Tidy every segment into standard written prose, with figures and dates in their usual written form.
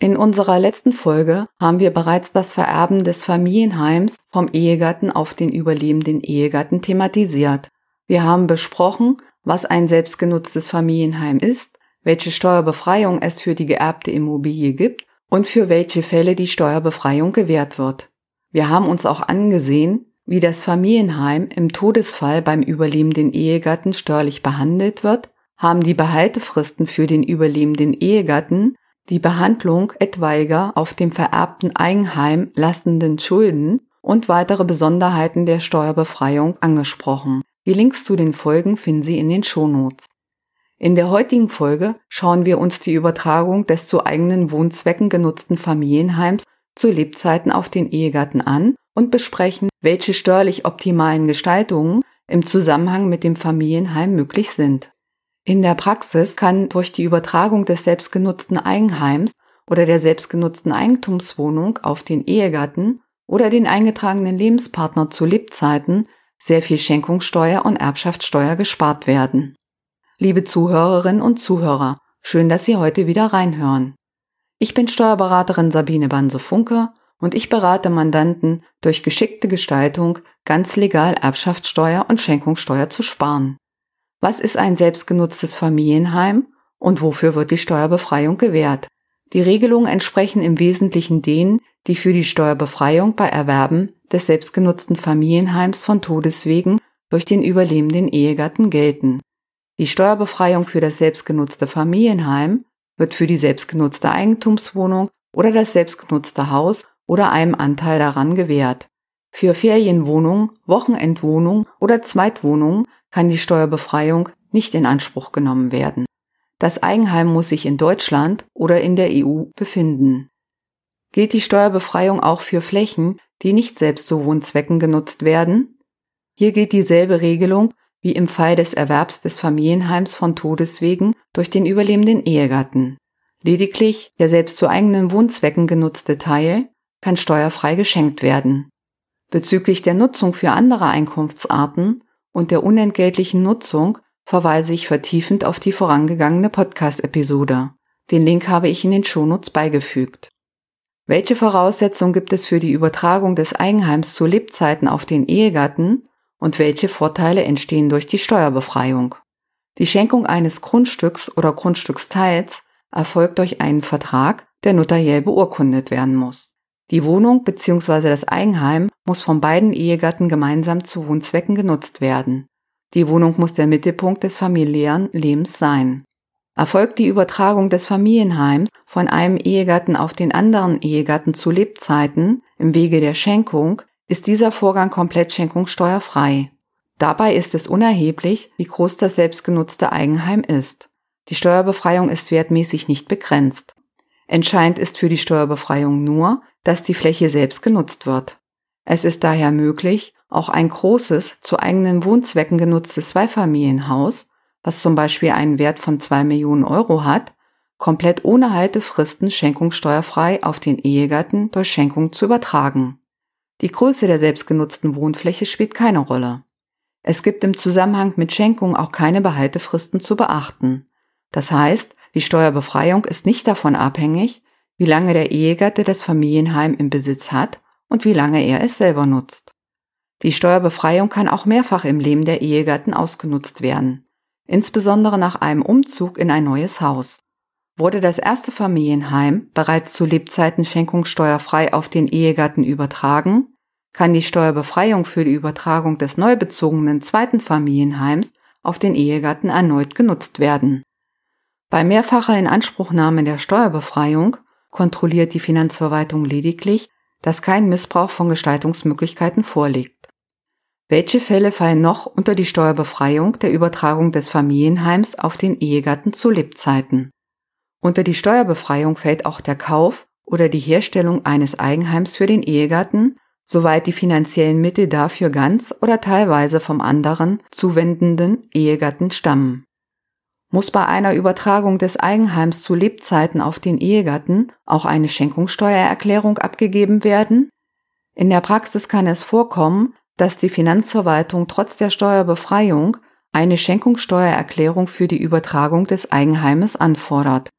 In unserer letzten Folge haben wir bereits das Vererben des Familienheims vom Ehegatten auf den überlebenden Ehegatten thematisiert. Wir haben besprochen, was ein selbstgenutztes Familienheim ist, welche Steuerbefreiung es für die geerbte Immobilie gibt und für welche Fälle die Steuerbefreiung gewährt wird. Wir haben uns auch angesehen, wie das Familienheim im Todesfall beim überlebenden Ehegatten steuerlich behandelt wird, haben die Behaltefristen für den überlebenden Ehegatten, die Behandlung etwaiger auf dem vererbten Eigenheim lastenden Schulden und weitere Besonderheiten der Steuerbefreiung angesprochen. Die Links zu den Folgen finden Sie in den Shownotes. In der heutigen Folge schauen wir uns die Übertragung des zu eigenen Wohnzwecken genutzten Familienheims zu Lebzeiten auf den Ehegatten an und besprechen, welche steuerlich optimalen Gestaltungen im Zusammenhang mit dem Familienheim möglich sind. In der Praxis kann durch die Übertragung des selbstgenutzten Eigenheims oder der selbstgenutzten Eigentumswohnung auf den Ehegatten oder den eingetragenen Lebenspartner zu Lebzeiten sehr viel Schenkungssteuer und Erbschaftssteuer gespart werden. Liebe Zuhörerinnen und Zuhörer, schön, dass Sie heute wieder reinhören. Ich bin Steuerberaterin Sabine Banse-Funke und ich berate Mandanten, durch geschickte Gestaltung ganz legal Erbschaftssteuer und Schenkungssteuer zu sparen. Was ist ein selbstgenutztes Familienheim und wofür wird die Steuerbefreiung gewährt? Die Regelungen entsprechen im Wesentlichen denen, die für die Steuerbefreiung bei Erwerben des selbstgenutzten Familienheims von Todeswegen durch den überlebenden Ehegatten gelten. Die Steuerbefreiung für das selbstgenutzte Familienheim wird für die selbstgenutzte Eigentumswohnung oder das selbstgenutzte Haus oder einem Anteil daran gewährt. Für Ferienwohnungen, Wochenendwohnungen oder Zweitwohnungen kann die Steuerbefreiung nicht in Anspruch genommen werden. Das Eigenheim muss sich in Deutschland oder in der EU befinden. Gilt die Steuerbefreiung auch für Flächen, die nicht selbst zu Wohnzwecken genutzt werden? Hier gilt dieselbe Regelung wie im Fall des Erwerbs des Familienheims von Todeswegen durch den überlebenden Ehegatten. Lediglich der selbst zu eigenen Wohnzwecken genutzte Teil kann steuerfrei geschenkt werden. Bezüglich der Nutzung für andere Einkunftsarten und der unentgeltlichen Nutzung verweise ich vertiefend auf die vorangegangene Podcast-Episode. Den Link habe ich in den Shownotes beigefügt. Welche Voraussetzungen gibt es für die Übertragung des Eigenheims zu Lebzeiten auf den Ehegatten und welche Vorteile entstehen durch die Steuerbefreiung? Die Schenkung eines Grundstücks oder Grundstücksteils erfolgt durch einen Vertrag, der notariell beurkundet werden muss. Die Wohnung bzw. das Eigenheim muss von beiden Ehegatten gemeinsam zu Wohnzwecken genutzt werden. Die Wohnung muss der Mittelpunkt des familiären Lebens sein. Erfolgt die Übertragung des Familienheims von einem Ehegatten auf den anderen Ehegatten zu Lebzeiten im Wege der Schenkung, ist dieser Vorgang komplett schenkungssteuerfrei. Dabei ist es unerheblich, wie groß das selbstgenutzte Eigenheim ist. Die Steuerbefreiung ist wertmäßig nicht begrenzt. Entscheidend ist für die Steuerbefreiung nur, dass die Fläche selbst genutzt wird. Es ist daher möglich, auch ein großes, zu eigenen Wohnzwecken genutztes Zweifamilienhaus, was zum Beispiel einen Wert von 2 Millionen Euro hat, komplett ohne Haltefristen schenkungssteuerfrei auf den Ehegatten durch Schenkung zu übertragen. Die Größe der selbstgenutzten Wohnfläche spielt keine Rolle. Es gibt im Zusammenhang mit Schenkung auch keine Behaltefristen zu beachten. Das heißt, die Steuerbefreiung ist nicht davon abhängig, wie lange der Ehegatte das Familienheim im Besitz hat und wie lange er es selber nutzt. Die Steuerbefreiung kann auch mehrfach im Leben der Ehegatten ausgenutzt werden, insbesondere nach einem Umzug in ein neues Haus. Wurde das erste Familienheim bereits zu Lebzeiten schenkungssteuerfrei auf den Ehegatten übertragen, kann die Steuerbefreiung für die Übertragung des neu bezogenen zweiten Familienheims auf den Ehegatten erneut genutzt werden. Bei mehrfacher Inanspruchnahme der Steuerbefreiung kontrolliert die Finanzverwaltung lediglich, dass kein Missbrauch von Gestaltungsmöglichkeiten vorliegt. Welche Fälle fallen noch unter die Steuerbefreiung der Übertragung des Familienheims auf den Ehegatten zu Lebzeiten? Unter die Steuerbefreiung fällt auch der Kauf oder die Herstellung eines Eigenheims für den Ehegatten, soweit die finanziellen Mittel dafür ganz oder teilweise vom anderen zuwendenden Ehegatten stammen. Muss bei einer Übertragung des Eigenheims zu Lebzeiten auf den Ehegatten auch eine Schenkungssteuererklärung abgegeben werden? In der Praxis kann es vorkommen, dass die Finanzverwaltung trotz der Steuerbefreiung eine Schenkungssteuererklärung für die Übertragung des Eigenheimes anfordert.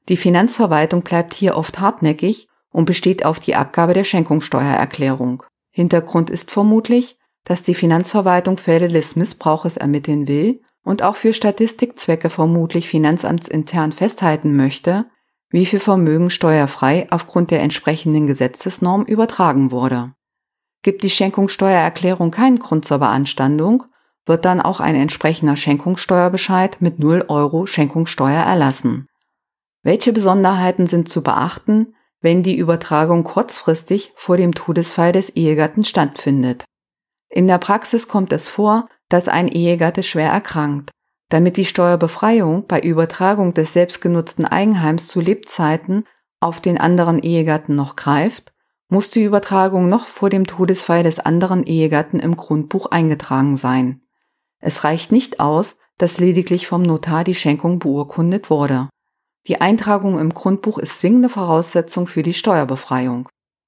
Die Finanzverwaltung bleibt hier oft hartnäckig und besteht auf die Abgabe der Schenkungssteuererklärung. Hintergrund ist vermutlich, dass die Finanzverwaltung Fälle des Missbrauches ermitteln will und auch für Statistikzwecke vermutlich finanzamtsintern festhalten möchte, wie viel Vermögen steuerfrei aufgrund der entsprechenden Gesetzesnorm übertragen wurde. Gibt die Schenkungssteuererklärung keinen Grund zur Beanstandung, wird dann auch ein entsprechender Schenkungssteuerbescheid mit 0 € Schenkungssteuer erlassen. Welche Besonderheiten sind zu beachten, wenn die Übertragung kurzfristig vor dem Todesfall des Ehegatten stattfindet? In der Praxis kommt es vor, dass ein Ehegatte schwer erkrankt. Damit die Steuerbefreiung bei Übertragung des selbstgenutzten Eigenheims zu Lebzeiten auf den anderen Ehegatten noch greift, muss die Übertragung noch vor dem Todesfall des anderen Ehegatten im Grundbuch eingetragen sein. Es reicht nicht aus, dass lediglich vom Notar die Schenkung beurkundet wurde. Die Eintragung im Grundbuch ist zwingende Voraussetzung für die Steuerbefreiung.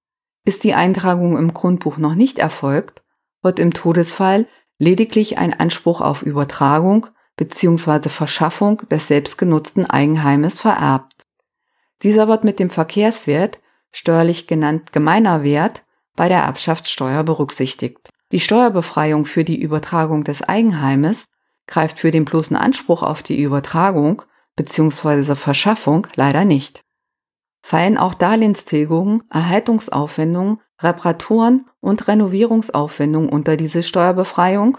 Ist die Eintragung im Grundbuch noch nicht erfolgt, wird im Todesfall lediglich ein Anspruch auf Übertragung bzw. Verschaffung des selbstgenutzten Eigenheimes vererbt. Dieser wird mit dem Verkehrswert, steuerlich genannt gemeiner Wert, bei der Erbschaftssteuer berücksichtigt. Die Steuerbefreiung für die Übertragung des Eigenheimes greift für den bloßen Anspruch auf die Übertragung bzw. Verschaffung leider nicht. Fallen auch Darlehenstilgungen, Erhaltungsaufwendungen, Reparaturen und Renovierungsaufwendungen unter diese Steuerbefreiung?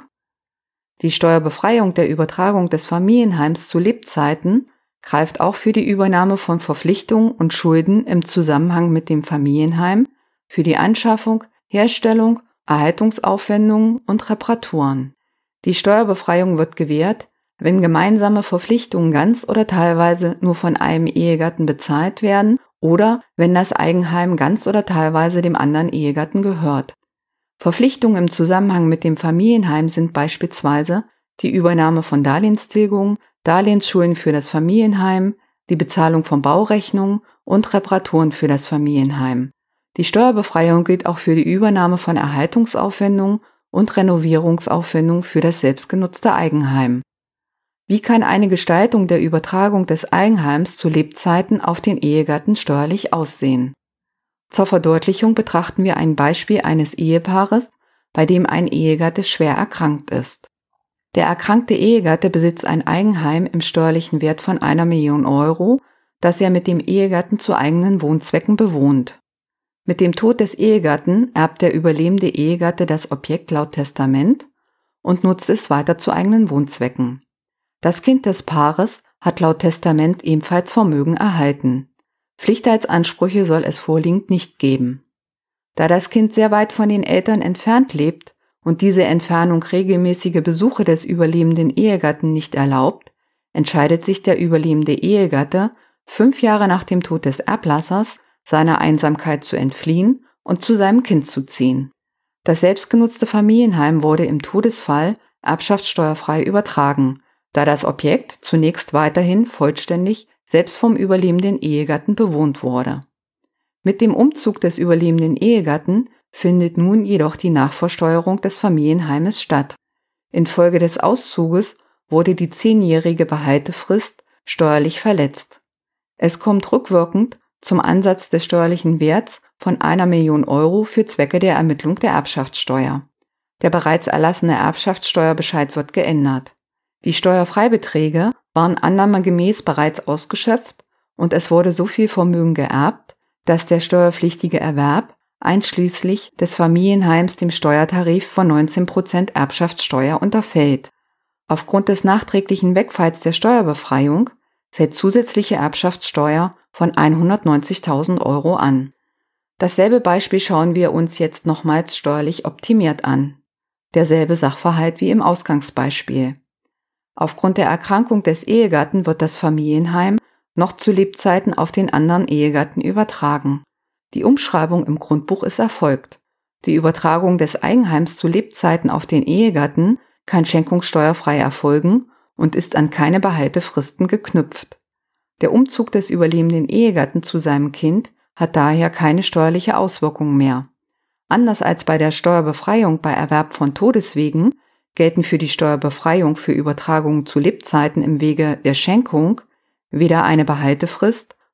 Die Steuerbefreiung der Übertragung des Familienheims zu Lebzeiten greift auch für die Übernahme von Verpflichtungen und Schulden im Zusammenhang mit dem Familienheim, für die Anschaffung, Herstellung, Erhaltungsaufwendungen und Reparaturen. Die Steuerbefreiung wird gewährt, wenn gemeinsame Verpflichtungen ganz oder teilweise nur von einem Ehegatten bezahlt werden oder wenn das Eigenheim ganz oder teilweise dem anderen Ehegatten gehört. Verpflichtungen im Zusammenhang mit dem Familienheim sind beispielsweise die Übernahme von Darlehenstilgungen, Darlehensschulden für das Familienheim, die Bezahlung von Baurechnungen und Reparaturen für das Familienheim. Die Steuerbefreiung gilt auch für die Übernahme von Erhaltungsaufwendungen und Renovierungsaufwendungen für das selbstgenutzte Eigenheim. Wie kann eine Gestaltung der Übertragung des Eigenheims zu Lebzeiten auf den Ehegatten steuerlich aussehen? Zur Verdeutlichung betrachten wir ein Beispiel eines Ehepaares, bei dem ein Ehegatte schwer erkrankt ist. Der erkrankte Ehegatte besitzt ein Eigenheim im steuerlichen Wert von 1 Million €, das er mit dem Ehegatten zu eigenen Wohnzwecken bewohnt. Mit dem Tod des Ehegatten erbt der überlebende Ehegatte das Objekt laut Testament und nutzt es weiter zu eigenen Wohnzwecken. Das Kind des Paares hat laut Testament ebenfalls Vermögen erhalten. Pflichtheitsansprüche soll es vorliegend nicht geben. Da das Kind sehr weit von den Eltern entfernt lebt und diese Entfernung regelmäßige Besuche des überlebenden Ehegatten nicht erlaubt, entscheidet sich der überlebende Ehegatte, 5 Jahre nach dem Tod des Erblassers seiner Einsamkeit zu entfliehen und zu seinem Kind zu ziehen. Das selbstgenutzte Familienheim wurde im Todesfall erbschaftssteuerfrei übertragen, da das Objekt zunächst weiterhin vollständig selbst vom überlebenden Ehegatten bewohnt wurde. Mit dem Umzug des überlebenden Ehegatten findet nun jedoch die Nachversteuerung des Familienheimes statt. Infolge des Auszuges wurde die 10-jährige Behaltefrist steuerlich verletzt. Es kommt rückwirkend zum Ansatz des steuerlichen Werts von 1 Million € für Zwecke der Ermittlung der Erbschaftssteuer. Der bereits erlassene Erbschaftssteuerbescheid wird geändert. Die Steuerfreibeträge waren annahmegemäß bereits ausgeschöpft und es wurde so viel Vermögen geerbt, dass der steuerpflichtige Erwerb einschließlich des Familienheims dem Steuertarif von 19% Erbschaftssteuer unterfällt. Aufgrund des nachträglichen Wegfalls der Steuerbefreiung fällt zusätzliche Erbschaftssteuer von 190.000 € an. Dasselbe Beispiel schauen wir uns jetzt nochmals steuerlich optimiert an. Derselbe Sachverhalt wie im Ausgangsbeispiel. Aufgrund der Erkrankung des Ehegatten wird das Familienheim noch zu Lebzeiten auf den anderen Ehegatten übertragen. Die Umschreibung im Grundbuch ist erfolgt. Die Übertragung des Eigenheims zu Lebzeiten auf den Ehegatten kann schenkungssteuerfrei erfolgen und ist an keine Behaltefristen geknüpft. Der Umzug des überlebenden Ehegatten zu seinem Kind hat daher keine steuerliche Auswirkung mehr. Anders als bei der Steuerbefreiung bei Erwerb von Todeswegen gelten für die Steuerbefreiung für Übertragungen zu Lebzeiten im Wege der Schenkung weder eine Behaltefrist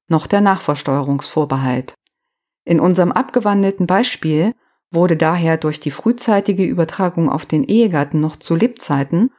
noch der Nachversteuerungsvorbehalt. In unserem abgewandelten Beispiel wurde daher durch die frühzeitige Übertragung auf den Ehegatten noch zu Lebzeiten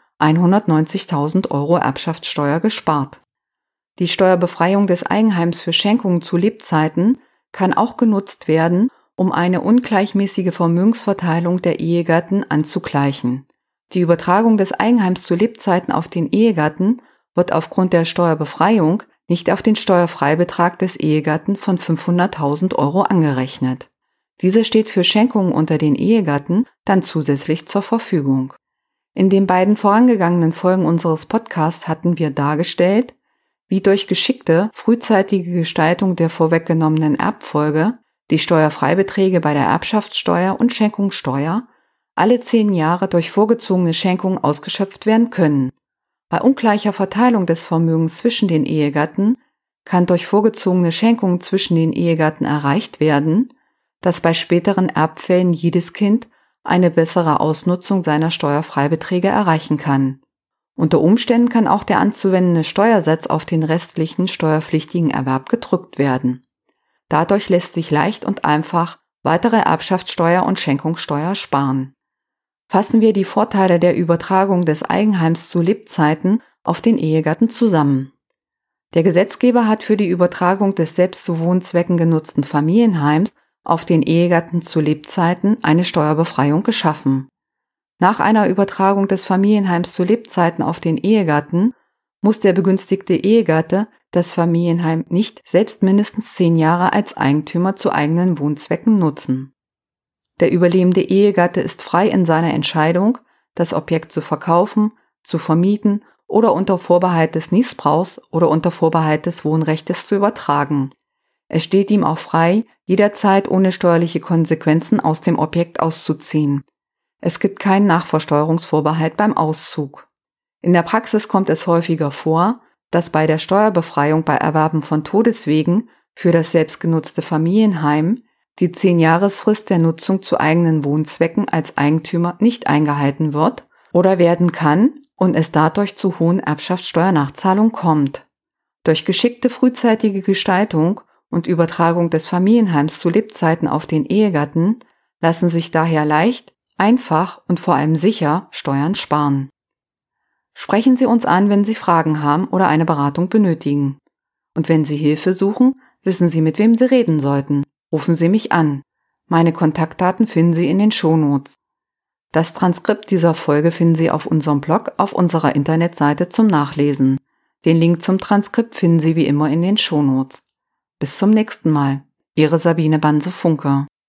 190.000 € Erbschaftssteuer gespart. Die Steuerbefreiung des Eigenheims für Schenkungen zu Lebzeiten kann auch genutzt werden, um eine ungleichmäßige Vermögensverteilung der Ehegatten anzugleichen. Die Übertragung des Eigenheims zu Lebzeiten auf den Ehegatten wird aufgrund der Steuerbefreiung nicht auf den Steuerfreibetrag des Ehegatten von 500.000 € angerechnet. Diese steht für Schenkungen unter den Ehegatten dann zusätzlich zur Verfügung. In den beiden vorangegangenen Folgen unseres Podcasts hatten wir dargestellt, wie durch geschickte, frühzeitige Gestaltung der vorweggenommenen Erbfolge die Steuerfreibeträge bei der Erbschaftssteuer und Schenkungssteuer alle 10 Jahre durch vorgezogene Schenkungen ausgeschöpft werden können. Bei ungleicher Verteilung des Vermögens zwischen den Ehegatten kann durch vorgezogene Schenkungen zwischen den Ehegatten erreicht werden, dass bei späteren Erbfällen jedes Kind eine bessere Ausnutzung seiner Steuerfreibeträge erreichen kann. Unter Umständen kann auch der anzuwendende Steuersatz auf den restlichen steuerpflichtigen Erwerb gedrückt werden. Dadurch lässt sich leicht und einfach weitere Erbschaftssteuer und Schenkungssteuer sparen. Fassen wir die Vorteile der Übertragung des Eigenheims zu Lebzeiten auf den Ehegatten zusammen. Der Gesetzgeber hat für die Übertragung des selbst zu Wohnzwecken genutzten Familienheims auf den Ehegatten zu Lebzeiten eine Steuerbefreiung geschaffen. Nach einer Übertragung des Familienheims zu Lebzeiten auf den Ehegatten muss der begünstigte Ehegatte das Familienheim nicht selbst mindestens 10 Jahre als Eigentümer zu eigenen Wohnzwecken nutzen. Der überlebende Ehegatte ist frei in seiner Entscheidung, das Objekt zu verkaufen, zu vermieten oder unter Vorbehalt des Niesbrauchs oder unter Vorbehalt des Wohnrechtes zu übertragen. Es steht ihm auch frei, jederzeit ohne steuerliche Konsequenzen aus dem Objekt auszuziehen. Es gibt keinen Nachversteuerungsvorbehalt beim Auszug. In der Praxis kommt es häufiger vor, dass bei der Steuerbefreiung bei Erwerben von Todeswegen für das selbstgenutzte Familienheim die 10-Jahresfrist der Nutzung zu eigenen Wohnzwecken als Eigentümer nicht eingehalten wird oder werden kann und es dadurch zu hohen Erbschaftssteuernachzahlungen kommt. Durch geschickte frühzeitige Gestaltung und Übertragung des Familienheims zu Lebzeiten auf den Ehegatten lassen sich daher leicht, einfach und vor allem sicher Steuern sparen. Sprechen Sie uns an, wenn Sie Fragen haben oder eine Beratung benötigen. Und wenn Sie Hilfe suchen, wissen Sie, mit wem Sie reden sollten. Rufen Sie mich an. Meine Kontaktdaten finden Sie in den Shownotes. Das Transkript dieser Folge finden Sie auf unserem Blog auf unserer Internetseite zum Nachlesen. Den Link zum Transkript finden Sie wie immer in den Shownotes. Bis zum nächsten Mal. Ihre Sabine Banse-Funke.